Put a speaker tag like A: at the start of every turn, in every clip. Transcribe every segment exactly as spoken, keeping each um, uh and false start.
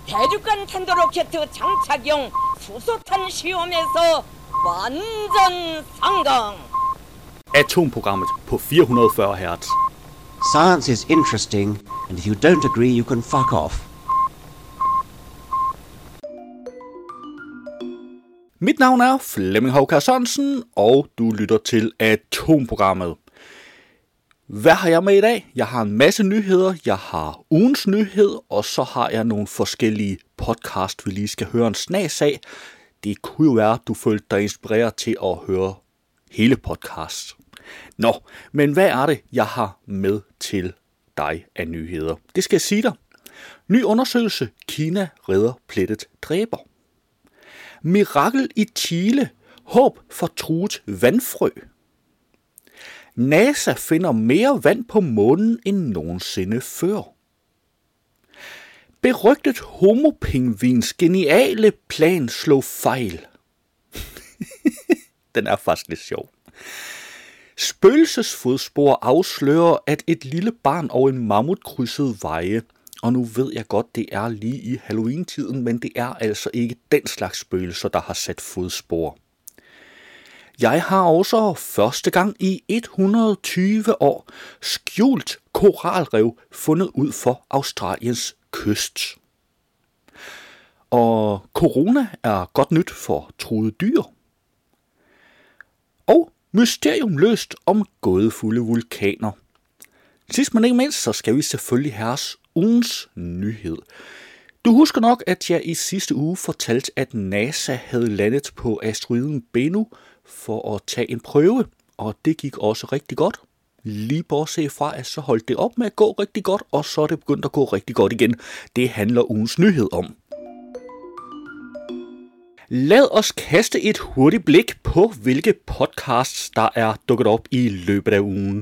A: 대륙간 탄도로켓 장착용 수소탄 시험에서 완전 성공.
B: Atomprogrammet på fire hundrede og fyrre hertz.
C: Science is interesting, and if you don't agree, you can fuck off.
B: Mit navn er Flemming Hovkær Sørensen, og du lytter til Atomprogrammet. Hvad har jeg med i dag? Jeg har en masse nyheder, jeg har ugens nyhed, og så har jeg nogle forskellige podcast, vi lige skal høre en snas af. Det kunne jo være, at du følte dig inspireret til at høre hele podcast. Nå, men hvad er det, jeg har med til dig af nyheder? Det skal jeg sige dig. Ny undersøgelse. Kina redder plettet dræber. Mirakel i Chile. Håb for truet vandfrø. NASA finder mere vand på månen end nogensinde før. Berygtet homopingvins geniale plan slog fejl. Den er faktisk lidt sjov. Spøgelsesfodspor afslører, at et lille barn og en mammut krydsede veje. Og nu ved jeg godt, det er lige i Halloween-tiden, men det er altså ikke den slags spøgelser, der har sat fodspor. Jeg har også første gang i et hundrede og tyve år skjult koralrev fundet ud for Australiens kyst. Og corona er godt nyt for truede dyr. Og mysterium løst om gådefulde vulkaner. Sidst men ikke mindst, så skal vi selvfølgelig have ugens nyhed. Du husker nok, at jeg i sidste uge fortalte, at NASA havde landet på asteroiden Bennu for at tage en prøve, og det gik også rigtig godt. Lige bortset fra, at så holdt det op med at gå rigtig godt, og så er det begyndt at gå rigtig godt igen. Det handler ugens nyhed om. Lad os kaste et hurtigt blik på, hvilke podcasts, der er dukket op i løbet af ugen.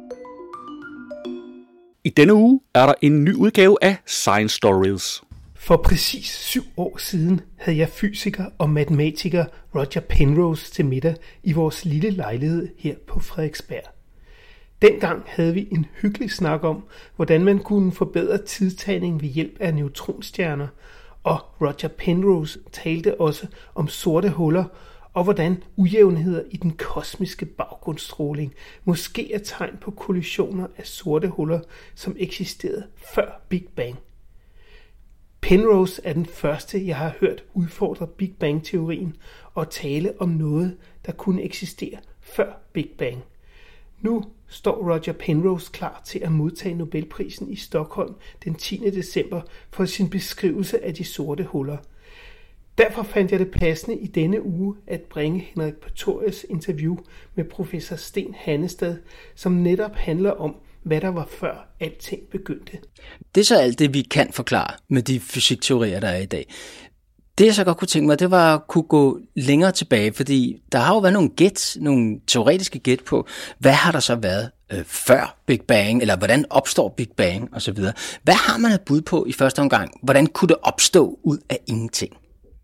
B: I denne uge er der en ny udgave af Science Stories.
D: For præcis syv år siden havde jeg fysiker og matematiker Roger Penrose til middag i vores lille lejlighed her på Frederiksberg. Dengang havde vi en hyggelig snak om, hvordan man kunne forbedre tidtagning ved hjælp af neutronstjerner, og Roger Penrose talte også om sorte huller og hvordan ujævnheder i den kosmiske baggrundsstråling måske er tegn på kollisioner af sorte huller, som eksisterede før Big Bang. Penrose er den første, jeg har hørt udfordre Big Bang-teorien og tale om noget, der kunne eksistere før Big Bang. Nu står Roger Penrose klar til at modtage Nobelprisen i Stockholm den tiende december for sin beskrivelse af de sorte huller. Derfor fandt jeg det passende i denne uge at bringe Henrik Prætorius interview med professor Sten Hannestad, som netop handler om, hvad der var før alting begyndte.
E: Det er så alt det, vi kan forklare med de fysikteorier, der er i dag. Det jeg så godt kunne tænke mig, det var at kunne gå længere tilbage, fordi der har jo været nogle gæt, nogle teoretiske gæt på, hvad har der så været øh, før Big Bang, eller hvordan opstår Big Bang osv. Hvad har man et bud på i første omgang? Hvordan kunne det opstå ud af ingenting?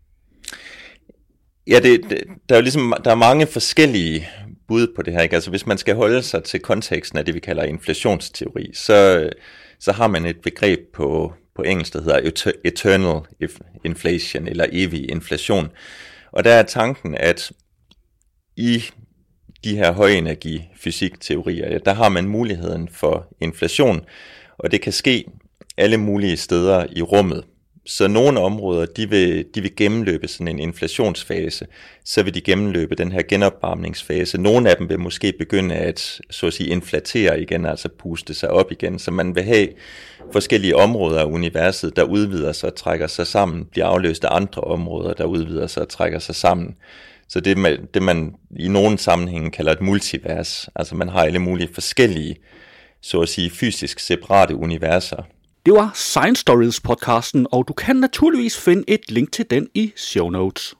F: Ja, det, det, der er jo ligesom, der er mange forskellige bud på det her, ikke? Altså hvis man skal holde sig til konteksten af det, vi kalder inflationsteori, så, så har man et begreb på, på engelsk, der hedder eternal inflation, eller evig inflation. Og der er tanken, at i de her højenergi-fysikteorier, der har man muligheden for inflation, og det kan ske alle mulige steder i rummet. Så nogle områder, de vil, de vil gennemløbe sådan en inflationsfase, så vil de gennemløbe den her genopvarmningsfase. Nogle af dem vil måske begynde at, så at sige, inflatere igen, altså puste sig op igen, så man vil have forskellige områder af universet, der udvider sig og trækker sig sammen, bliver afløst af andre områder, der udvider sig og trækker sig sammen. Så det er det, man i nogle sammenhænge kalder et multivers, altså man har alle mulige forskellige, så at sige, fysisk separate universer.
B: Det var Science Stories podcasten, og du kan naturligvis finde et link til den i show notes.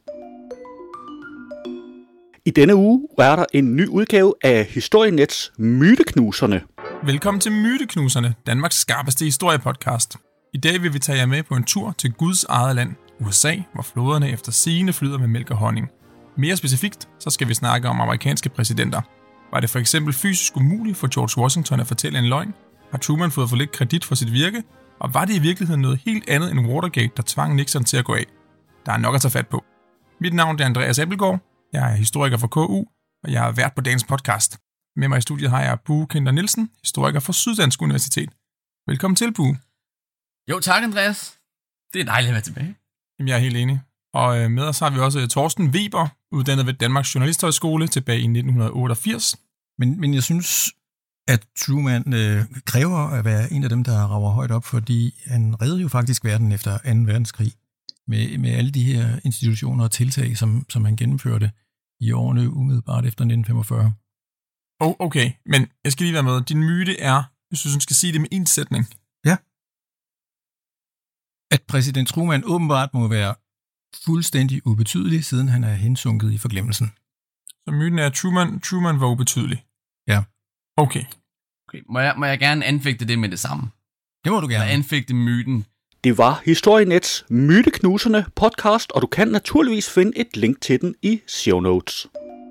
B: I denne uge er der en ny udgave af Historienets Myteknuserne.
G: Velkommen til Myteknuserne, Danmarks skarpeste historiepodcast. I dag vil vi tage jer med på en tur til Guds eget land, U S A, hvor floderne efter sigende flyder med mælk og honning. Mere specifikt, så skal vi snakke om amerikanske præsidenter. Var det for eksempel fysisk umuligt for George Washington at fortælle en løgn? Har Truman fået for lidt kredit for sit virke? Og var det i virkeligheden noget helt andet end Watergate, der tvang Nixon til at gå af? Der er nok at tage fat på. Mit navn er Andreas Appelgaard. Jeg er historiker fra K U, og jeg har været på dagens podcast. Med mig i studiet har jeg Bue Kinder Nielsen, historiker fra Syddansk Universitet. Velkommen til, Bue.
H: Jo, tak, Andreas. Det er dejligt at være tilbage.
G: Jamen, jeg er helt enig. Og med os har vi også Torsten Weber, uddannet ved Danmarks Journalisthøjskole tilbage i nitten otteogfirs.
I: Men, men jeg synes, at Truman øh, kræver at være en af dem, der rager højt op, fordi han reddede jo faktisk verden efter anden verdenskrig med, med alle de her institutioner og tiltag, som, som han gennemførte i årene umiddelbart efter nitten femogfyrre.
G: Oh, okay, men jeg skal lige være med. Din myte er, hvis du skal sige det med en sætning.
I: Ja. At præsident Truman åbenbart må være fuldstændig ubetydelig, siden han er hensunket i forglemmelsen.
G: Så myten er, at Truman, Truman var ubetydelig?
I: Ja.
G: Okay.
H: okay. Må, jeg, må jeg gerne anfægte det med det samme?
I: Det må du gerne.
H: Jeg anfægte myten.
B: Det var Historienets Myteknuserne podcast, og du kan naturligvis finde et link til den i show notes.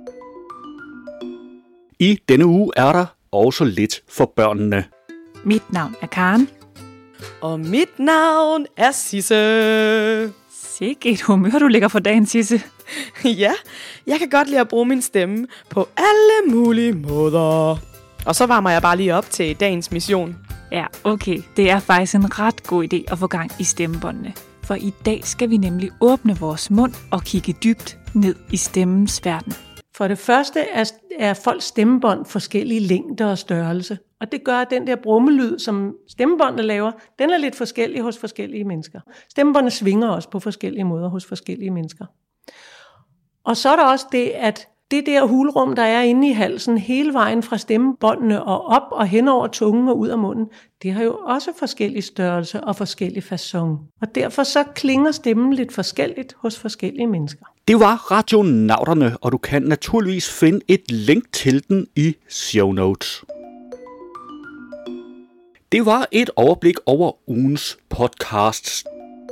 B: I denne uge er der også lidt for børnene.
J: Mit navn er Karen.
A: Og mit navn er Sisse.
J: Sikke et humør, du ligger for dagen, Sisse.
A: Ja, jeg kan godt lide at bruge min stemme på alle mulige måder. Og så varmer jeg bare lige op til dagens mission.
J: Ja, okay. Det er faktisk en ret god idé at få gang i stemmebåndene. For i dag skal vi nemlig åbne vores mund og kigge dybt ned i stemmens verden.
K: For det første er, er folks stemmebånd forskellige længder og størrelse. Og det gør, at den der brummelyd, som stemmebåndene laver, den er lidt forskellig hos forskellige mennesker. Stemmebåndene svinger også på forskellige måder hos forskellige mennesker. Og så er der også det, at det der hulrum, der er inde i halsen, hele vejen fra stemmebåndene og op og hen over tungen og ud af munden, det har jo også forskellige størrelse og forskellige facon. Og derfor så klinger stemmen lidt forskelligt hos forskellige mennesker.
B: Det var Radionauterne, og du kan naturligvis finde et link til den i show notes. Det var et overblik over ugens podcasts.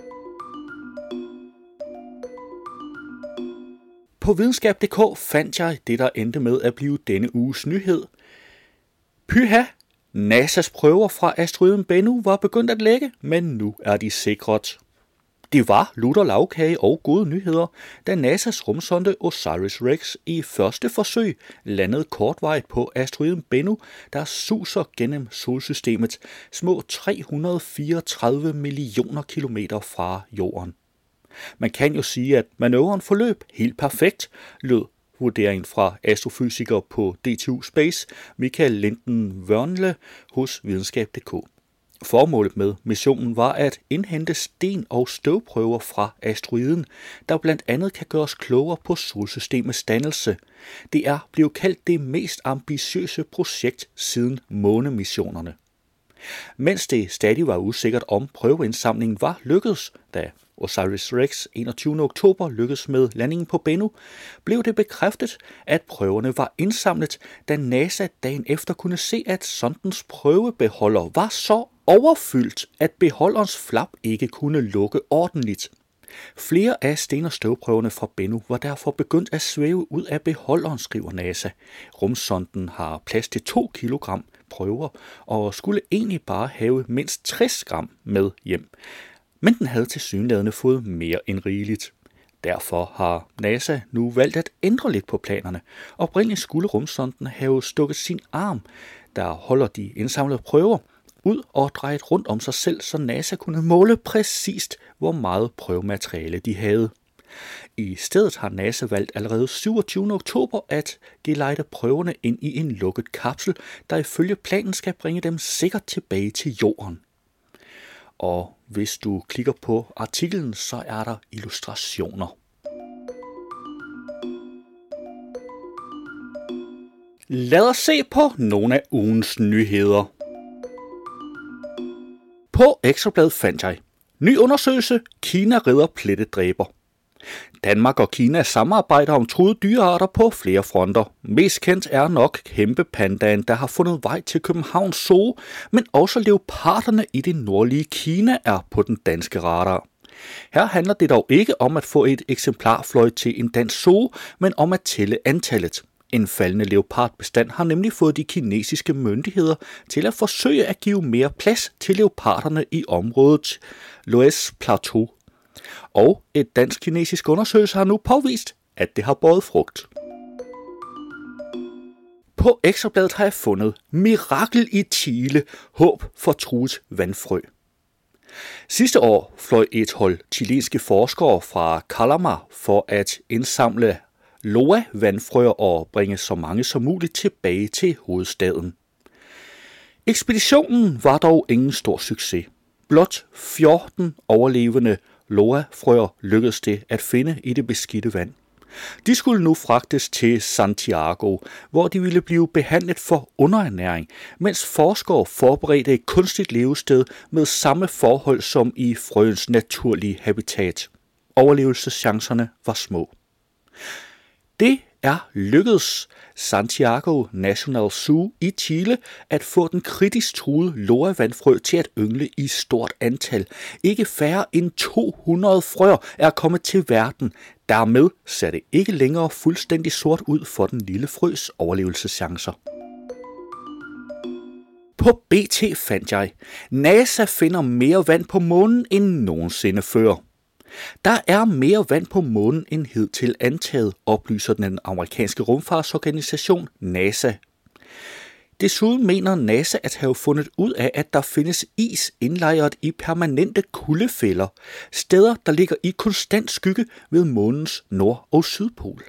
B: På videnskab punktum d k fandt jeg det, der endte med at blive denne uges nyhed. Pyha! NASAs prøver fra asteroiden Bennu var begyndt at lægge, men nu er de sikret. Det var lutter lavkage og gode nyheder, da NASAs rumsonde OSIRIS-REx i første forsøg landede kortvarigt på asteroiden Bennu, der suser gennem solsystemet små tre hundrede og fireogtredive millioner kilometer fra jorden. Man kan jo sige, at manøvren forløb helt perfekt, lød vurderingen fra astrofysiker på D T U Space, Michael Linden Wörnle hos videnskab punktum d k. Formålet med missionen var at indhente sten- og støvprøver fra asteroiden, der blandt andet kan gøre os klogere på solsystemets dannelse. Det er blevet kaldt det mest ambitiøse projekt siden månemissionerne. Mens det stadig var usikkert om prøveindsamlingen var lykkedes, da OSIRIS-REx enogtyvende oktober lykkedes med landingen på Bennu, blev det bekræftet, at prøverne var indsamlet, da NASA dagen efter kunne se, at sondens prøvebeholder var så overfyldt, at beholderens flap ikke kunne lukke ordentligt. Flere af sten- og støvprøverne fra Bennu var derfor begyndt at svæve ud af beholderen, skriver NASA. Rumsonden har plads til to kilogram prøver og skulle egentlig bare have mindst tres gram med hjem. Men den havde tilsyneladende fået mere end rigeligt. Derfor har NASA nu valgt at ændre lidt på planerne. Oprindeligt skulle rumsonden have stukket sin arm, der holder de indsamlede prøver, ud og drejet rundt om sig selv, så NASA kunne måle præcist, hvor meget prøvemateriale de havde. I stedet har NASA valgt allerede syvogtyvende oktober at gelejde prøverne ind i en lukket kapsel, der ifølge planen skal bringe dem sikkert tilbage til jorden. Og hvis du klikker på artiklen, så er der illustrationer. Lad os se på nogle af ugens nyheder. På Ekstrabladet fandt jeg: ny undersøgelse, Kina redder plettedræber. Danmark og Kina samarbejder om truede dyrearter på flere fronter. Mest kendt er nok kæmpepandaen, der har fundet vej til Københavns Zoo, men også leoparderne i det nordlige Kina er på den danske radar. Her handler det dog ikke om at få et eksemplar fløjet til en dansk zoo, men om at tælle antallet. En faldende leopardbestand har nemlig fået de kinesiske myndigheder til at forsøge at give mere plads til leoparderne i området Loess Plateau. Og et dansk-kinesisk undersøgelse har nu påvist, at det har båret frugt. På Ekstrabladet har jeg fundet mirakel i Chile, håb for truet vandfrø. Sidste år fløj et hold chilenske forskere fra Calama for at indsamle Loa-vandfrøer og bringe så mange som muligt tilbage til hovedstaden. Ekspeditionen var dog ingen stor succes. Blot fjorten overlevende Loa-frøer lykkedes det at finde i det beskidte vand. De skulle nu fragtes til Santiago, hvor de ville blive behandlet for underernæring, mens forskere forberedte et kunstigt levested med samme forhold som i frøens naturlige habitat. Overlevelseschancerne var små. Det er lykkedes Santiago National Zoo i Chile at få den kritisk truede Loa-vandfrø til at yngle i stort antal. Ikke færre end to hundrede frøer er kommet til verden. Dermed ser det ikke længere fuldstændig sort ud for den lille frøs overlevelseschancer. På B T fandt jeg, NASA finder mere vand på månen end nogensinde før. Der er mere vand på månen end hidtil antaget, oplyser den amerikanske rumfartsorganisation NASA. Desuden mener NASA at have fundet ud af, at der findes is indlejret i permanente kuldefælder, steder der ligger i konstant skygge ved månens nord- og sydpol.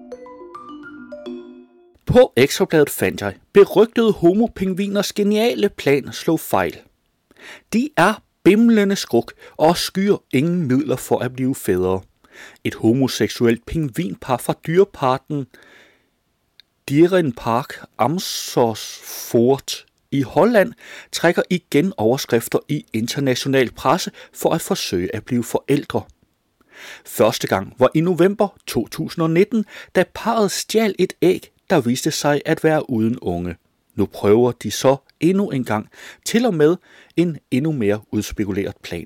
B: På Ekstrabladet fandt jeg, berygtede homopingviners geniale plan slog fejl. De er bimlende skruk og skyer ingen midler for at blive fædre. Et homoseksuelt pingvinpar fra dyreparken Dierenpark Amersfoort i Holland trækker igen overskrifter i international presse for at forsøge at blive forældre. Første gang var i november to tusind nitten, da parret stjal et æg, der viste sig at være uden unge. Nu prøver de så endnu en gang, til og med en endnu mere udspekuleret plan.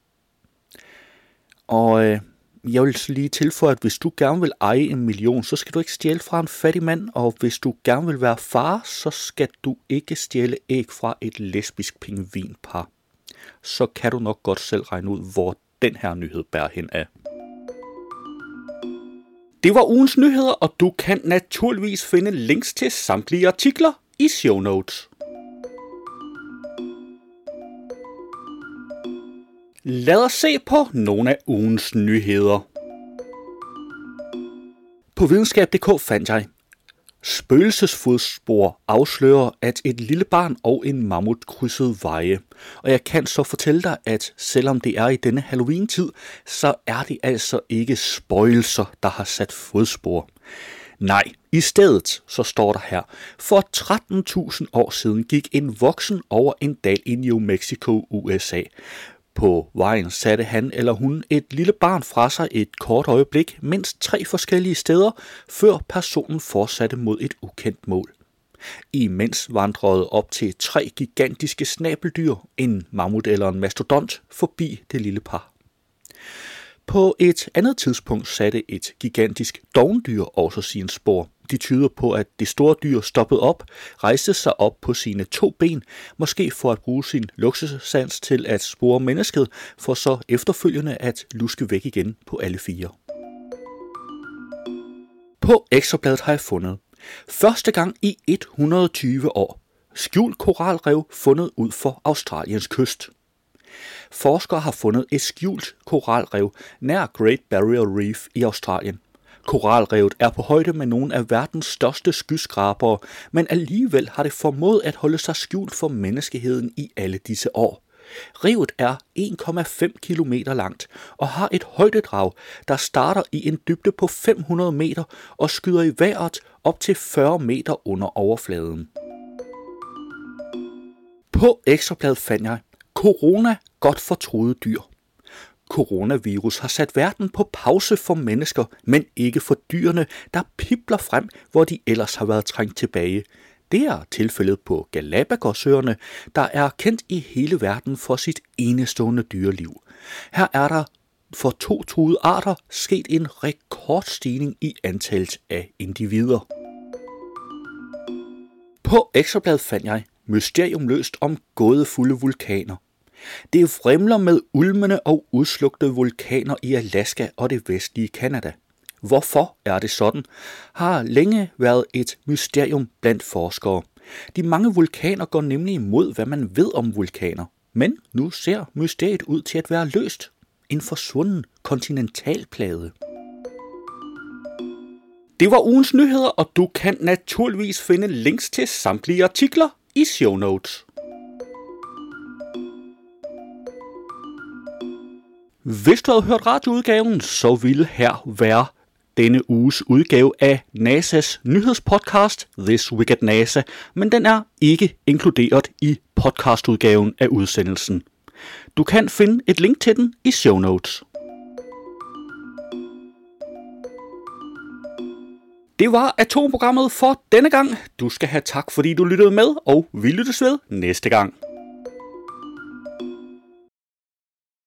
B: Og øh, jeg vil lige tilføje, at hvis du gerne vil eje en million, så skal du ikke stjæle fra en fattig mand, og hvis du gerne vil være far, så skal du ikke stjæle æg fra et lesbisk pingvinpar. Så kan du nok godt selv regne ud, hvor den her nyhed bærer hen af. Det var ugens nyheder, og du kan naturligvis finde links til samtlige artikler i show notes. Lad os se på nogle af ugens nyheder. På videnskab punktum d k fandt jeg, spøgelsesfodspor afslører, at et lille barn og en mammut krydsede veje. Og jeg kan så fortælle dig, at selvom det er i denne Halloween-tid, så er det altså ikke spøgelser, der har sat fodspor. Nej, i stedet så står der her, for tretten tusind år siden gik en voksen over en dal i New Mexico, U S A. På vejen satte han eller hun et lille barn fra sig et kort øjeblik, mindst tre forskellige steder, før personen fortsatte mod et ukendt mål. Imens vandrede op til tre gigantiske snabeldyr, en mammut eller en mastodont, forbi det lille par. På et andet tidspunkt satte et gigantisk dovendyr også sine spor. De tyder på, at det store dyr stoppede op, rejste sig op på sine to ben, måske for at bruge sin luksussans til at spore mennesket, for så efterfølgende at luske væk igen på alle fire. På Ekstrabladet har jeg fundet, første gang i et hundrede og tyve år, skjult koralrev fundet ud for Australiens kyst. Forskere har fundet et skjult koralrev nær Great Barrier Reef i Australien. Koralrevet er på højde med nogle af verdens største skyskrabere, men alligevel har det formået at holde sig skjult for menneskeheden i alle disse år. Revet er en komma fem kilometer langt og har et højdedrag, der starter i en dybde på fem hundrede meter og skyder i vejret op til fyrre meter under overfladen. På Ekstrabladet fandt jeg, corona godt for truede dyr. Coronavirus har sat verden på pause for mennesker, men ikke for dyrene, der pibler frem, hvor de ellers har været trængt tilbage. Det er tilfældet på Galapagosøerne, der er kendt i hele verden for sit enestående dyreliv. Her er der for to truede arter sket en rekordstigning i antallet af individer. På Ekstrabladet fandt jeg mysterium løst om gådefulde vulkaner. Det vrimler med ulmende og udslugtede vulkaner i Alaska og det vestlige Canada. Hvorfor er det sådan, har længe været et mysterium blandt forskere. De mange vulkaner går nemlig imod, hvad man ved om vulkaner. Men nu ser mysteriet ud til at være løst. En forsvunden kontinentalplade. Det var ugens nyheder, og du kan naturligvis finde links til samtlige artikler i show notes. Hvis du havde hørt radioudgaven, så ville her være denne uges udgave af NASA's nyhedspodcast This Week at NASA, men den er ikke inkluderet i podcastudgaven af udsendelsen. Du kan finde et link til den i show notes. Det var atomprogrammet for denne gang. Du skal have tak, fordi du lyttede med, og vi lyttes ved næste gang.